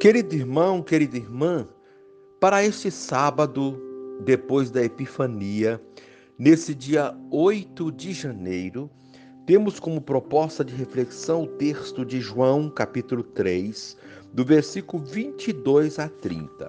Querido irmão, querida irmã, para este sábado, depois da Epifania, nesse dia 8 de janeiro, temos como proposta de reflexão o texto de João, capítulo 3, do versículo 22 a 30.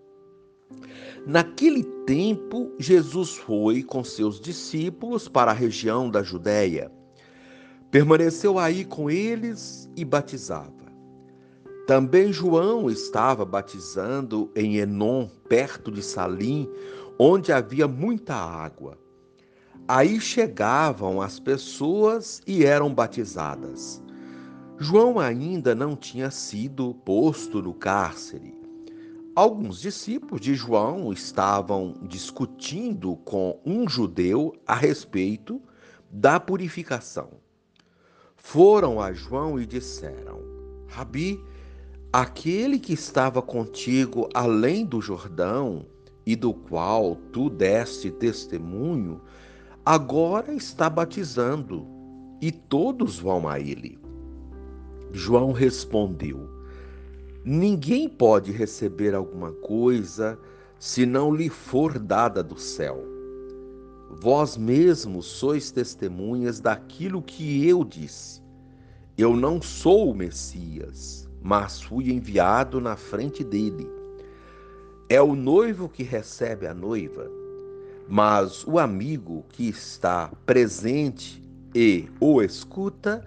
Naquele tempo, Jesus foi com seus discípulos para a região da Judéia. Permaneceu aí com eles e batizava. Também João estava batizando em Enom, perto de Salim, onde havia muita água. Aí chegavam as pessoas e eram batizadas. João ainda não tinha sido posto no cárcere. Alguns discípulos de João estavam discutindo com um judeu a respeito da purificação. Foram a João e disseram: Rabi, aquele que estava contigo além do Jordão e do qual tu deste testemunho, agora está batizando e todos vão a ele. João respondeu: Ninguém pode receber alguma coisa se não lhe for dada do céu. Vós mesmos sois testemunhas daquilo que eu disse. Eu não sou o Messias, mas fui enviado na frente dele. É o noivo que recebe a noiva, mas o amigo que está presente e o escuta,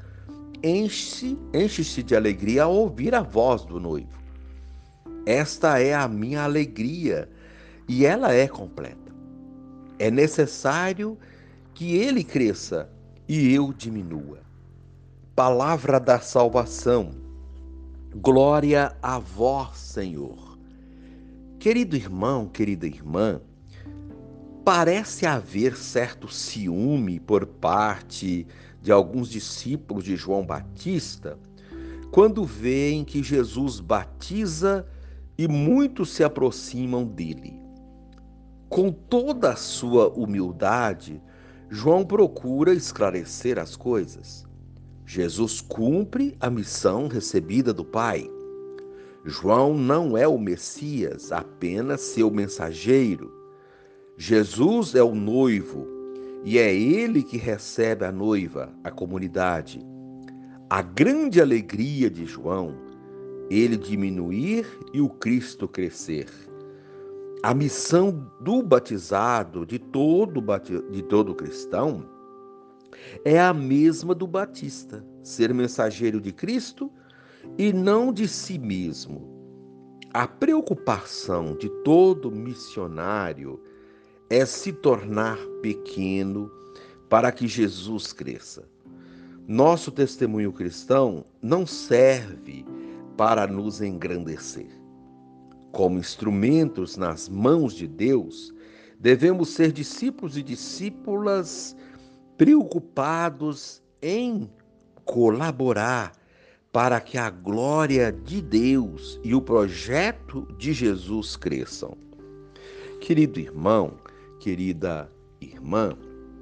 enche-se de alegria ao ouvir a voz do noivo. Esta é a minha alegria e ela é completa. É necessário que ele cresça e eu diminua. Palavra da salvação. Glória a vós, Senhor. Querido irmão, querida irmã, parece haver certo ciúme por parte de alguns discípulos de João Batista quando veem que Jesus batiza e muitos se aproximam dele. Com toda a sua humildade, João procura esclarecer as coisas. Jesus cumpre a missão recebida do Pai. João não é o Messias, apenas seu mensageiro. Jesus é o noivo e é ele que recebe a noiva, a comunidade. A grande alegria de João, ele diminuir e o Cristo crescer. A missão do batizado, de todo cristão, é a mesma do batista, ser mensageiro de Cristo e não de si mesmo. A preocupação de todo missionário é se tornar pequeno para que Jesus cresça. Nosso testemunho cristão não serve para nos engrandecer. Como instrumentos nas mãos de Deus, devemos ser discípulos e discípulas preocupados em colaborar para que a glória de Deus e o projeto de Jesus cresçam. Querido irmão, querida irmã,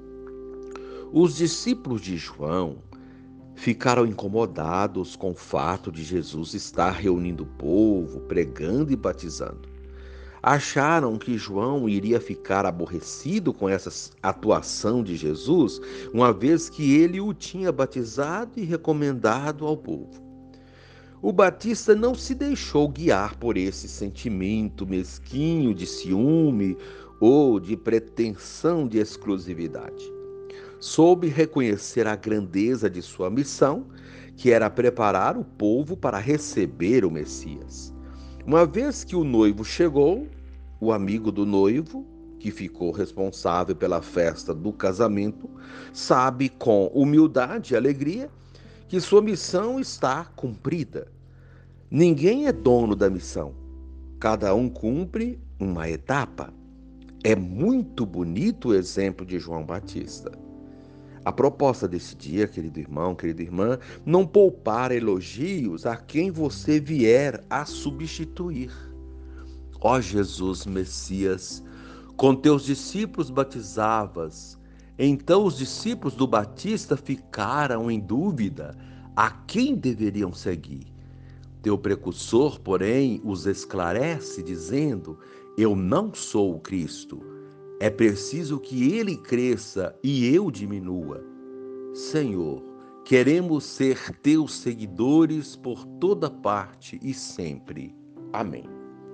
os discípulos de João ficaram incomodados com o fato de Jesus estar reunindo o povo, pregando e batizando. Acharam que João iria ficar aborrecido com essa atuação de Jesus, uma vez que ele o tinha batizado e recomendado ao povo. O Batista não se deixou guiar por esse sentimento mesquinho de ciúme ou de pretensão de exclusividade. Soube reconhecer a grandeza de sua missão, que era preparar o povo para receber o Messias. Uma vez que o noivo chegou, o amigo do noivo, que ficou responsável pela festa do casamento, sabe com humildade e alegria que sua missão está cumprida. Ninguém é dono da missão. Cada um cumpre uma etapa. É muito bonito o exemplo de João Batista. A proposta desse dia, querido irmão, querida irmã, não poupar elogios a quem você vier a substituir. Ó Jesus Messias, com teus discípulos batizavas. Então os discípulos do Batista ficaram em dúvida a quem deveriam seguir. Teu precursor, porém, os esclarece, dizendo: Eu não sou o Cristo. É preciso que ele cresça e eu diminua. Senhor, queremos ser teus seguidores por toda parte e sempre. Amém.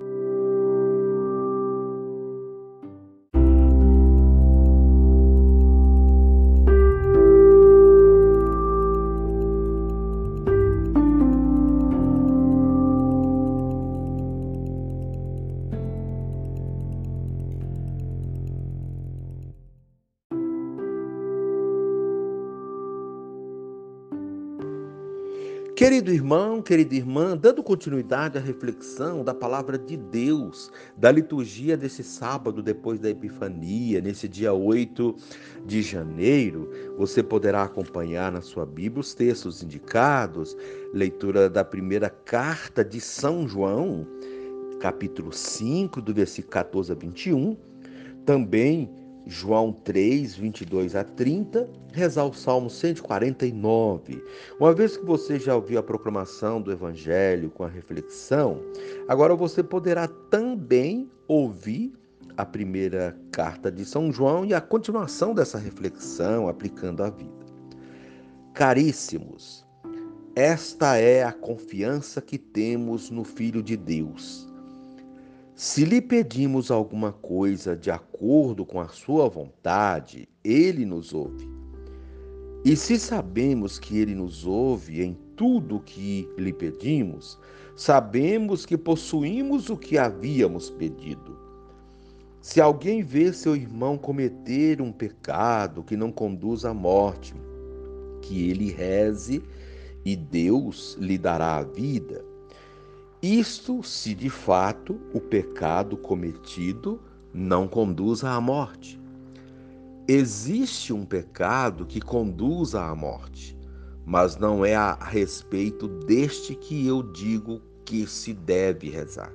Querido irmão, querida irmã, dando continuidade à reflexão da palavra de Deus, da liturgia desse sábado depois da Epifania, nesse dia 8 de janeiro, você poderá acompanhar na sua Bíblia os textos indicados, leitura da primeira carta de São João, capítulo 5, do versículo 14 a 21, também João 3, 22 a 30, rezar o Salmo 149. Uma vez que você já ouviu a proclamação do Evangelho com a reflexão, agora você poderá também ouvir a primeira carta de São João e a continuação dessa reflexão aplicando a vida. Caríssimos, esta é a confiança que temos no Filho de Deus. Se lhe pedimos alguma coisa de acordo com a sua vontade, ele nos ouve. E se sabemos que ele nos ouve em tudo o que lhe pedimos, sabemos que possuímos o que havíamos pedido. Se alguém vê seu irmão cometer um pecado que não conduz à morte, que ele reze e Deus lhe dará a vida. Isto se de fato o pecado cometido não conduz à morte. Existe um pecado que conduz à morte, mas não é a respeito deste que eu digo que se deve rezar.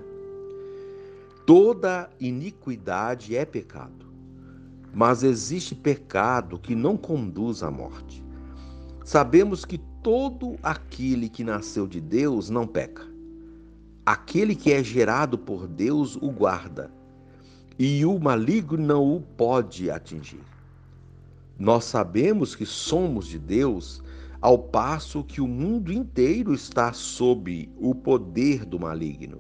Toda iniquidade é pecado, mas existe pecado que não conduz à morte. Sabemos que todo aquele que nasceu de Deus não peca. Aquele que é gerado por Deus o guarda, e o maligno não o pode atingir. Nós sabemos que somos de Deus, ao passo que o mundo inteiro está sob o poder do maligno.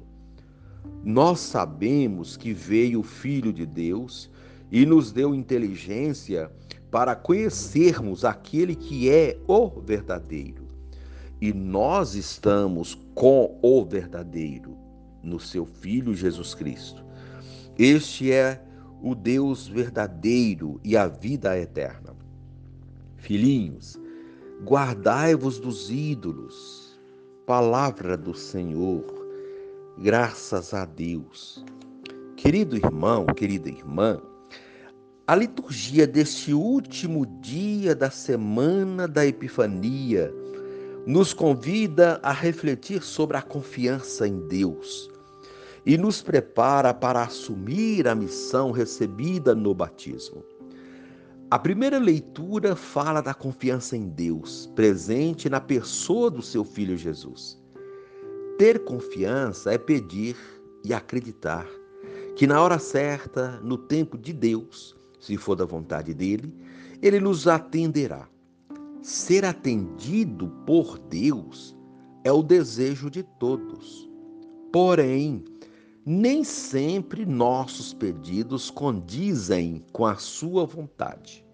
Nós sabemos que veio o Filho de Deus e nos deu inteligência para conhecermos aquele que é o verdadeiro. E nós estamos com o verdadeiro, no seu Filho Jesus Cristo. Este é o Deus verdadeiro e a vida eterna. Filhinhos, guardai-vos dos ídolos. Palavra do Senhor, graças a Deus. Querido irmão, querida irmã, a liturgia deste último dia da semana da Epifania nos convida a refletir sobre a confiança em Deus e nos prepara para assumir a missão recebida no batismo. A primeira leitura fala da confiança em Deus, presente na pessoa do seu Filho Jesus. Ter confiança é pedir e acreditar que na hora certa, no tempo de Deus, se for da vontade dele, ele nos atenderá. Ser atendido por Deus é o desejo de todos. Porém, nem sempre nossos pedidos condizem com a sua vontade.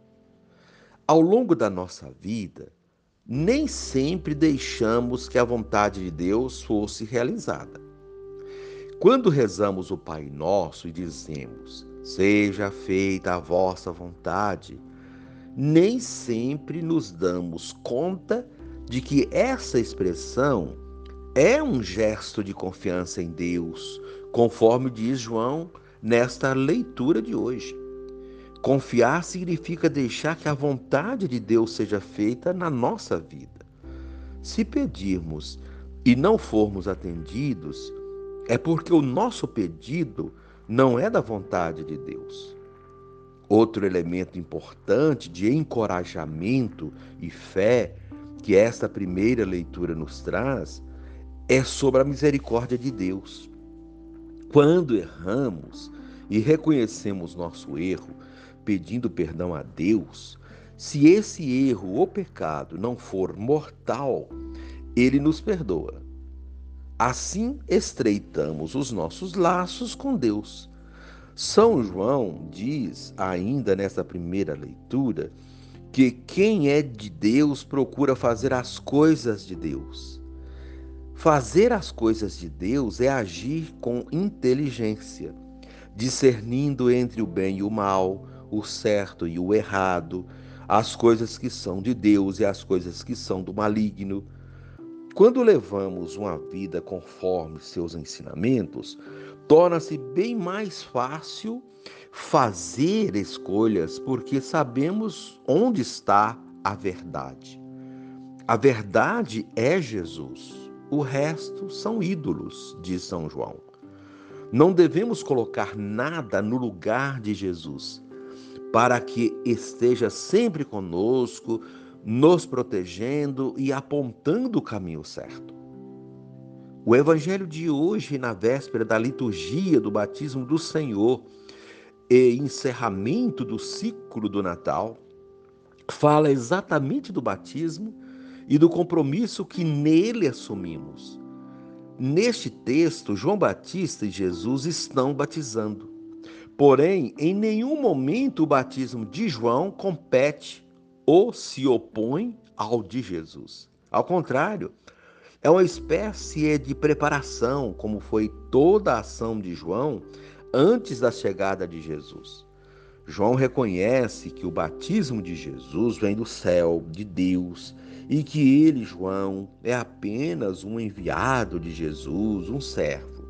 Ao longo da nossa vida, nem sempre deixamos que a vontade de Deus fosse realizada. Quando rezamos o Pai Nosso e dizemos: "Seja feita a vossa vontade", nem sempre nos damos conta de que essa expressão é um gesto de confiança em Deus, conforme diz João nesta leitura de hoje. Confiar significa deixar que a vontade de Deus seja feita na nossa vida. Se pedirmos e não formos atendidos, é porque o nosso pedido não é da vontade de Deus. Outro elemento importante de encorajamento e fé que esta primeira leitura nos traz é sobre a misericórdia de Deus. Quando erramos e reconhecemos nosso erro, pedindo perdão a Deus, se esse erro ou pecado não for mortal, ele nos perdoa. Assim estreitamos os nossos laços com Deus. São João diz, ainda nessa primeira leitura, que quem é de Deus procura fazer as coisas de Deus. Fazer as coisas de Deus é agir com inteligência, discernindo entre o bem e o mal, o certo e o errado, as coisas que são de Deus e as coisas que são do maligno. Quando levamos uma vida conforme seus ensinamentos, torna-se bem mais fácil fazer escolhas, porque sabemos onde está a verdade. A verdade é Jesus. O resto são ídolos, diz São João. Não devemos colocar nada no lugar de Jesus, para que esteja sempre conosco, nos protegendo e apontando o caminho certo. O evangelho de hoje, na véspera da liturgia do batismo do Senhor e encerramento do ciclo do Natal, fala exatamente do batismo e do compromisso que nele assumimos. Neste texto, João Batista e Jesus estão batizando. Porém, em nenhum momento o batismo de João compete ou se opõe ao de Jesus. Ao contrário, é uma espécie de preparação, como foi toda a ação de João antes da chegada de Jesus. João reconhece que o batismo de Jesus vem do céu, de Deus, e que ele, João, é apenas um enviado de Jesus, um servo.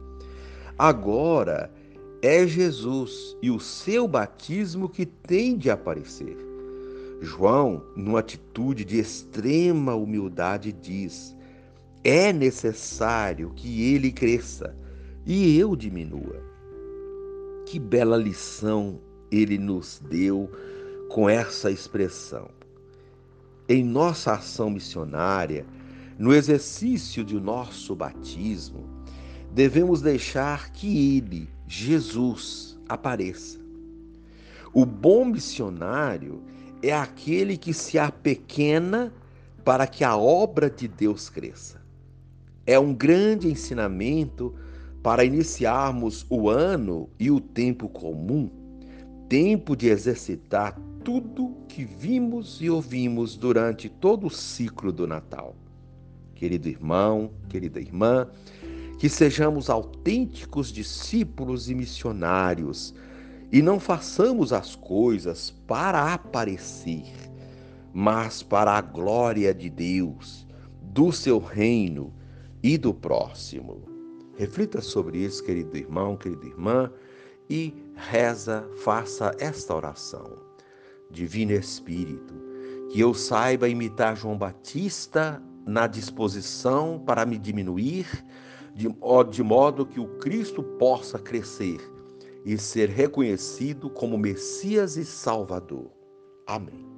Agora, é Jesus e o seu batismo que tem de aparecer. João, numa atitude de extrema humildade, diz: é necessário que ele cresça e eu diminua. Que bela lição ele nos deu com essa expressão. Em nossa ação missionária, no exercício de nosso batismo, devemos deixar que ele, Jesus, apareça. O bom missionário é aquele que se apequena para que a obra de Deus cresça. É um grande ensinamento para iniciarmos o ano e o tempo comum, tempo de exercitar tudo que vimos e ouvimos durante todo o ciclo do Natal. Querido irmão, querida irmã, que sejamos autênticos discípulos e missionários e não façamos as coisas para aparecer, mas para a glória de Deus, do seu reino e do próximo. Reflita sobre isso, querido irmão, querida irmã, e faça esta oração. Divino Espírito, que eu saiba imitar João Batista na disposição para me diminuir, de modo que o Cristo possa crescer e ser reconhecido como Messias e Salvador. Amém.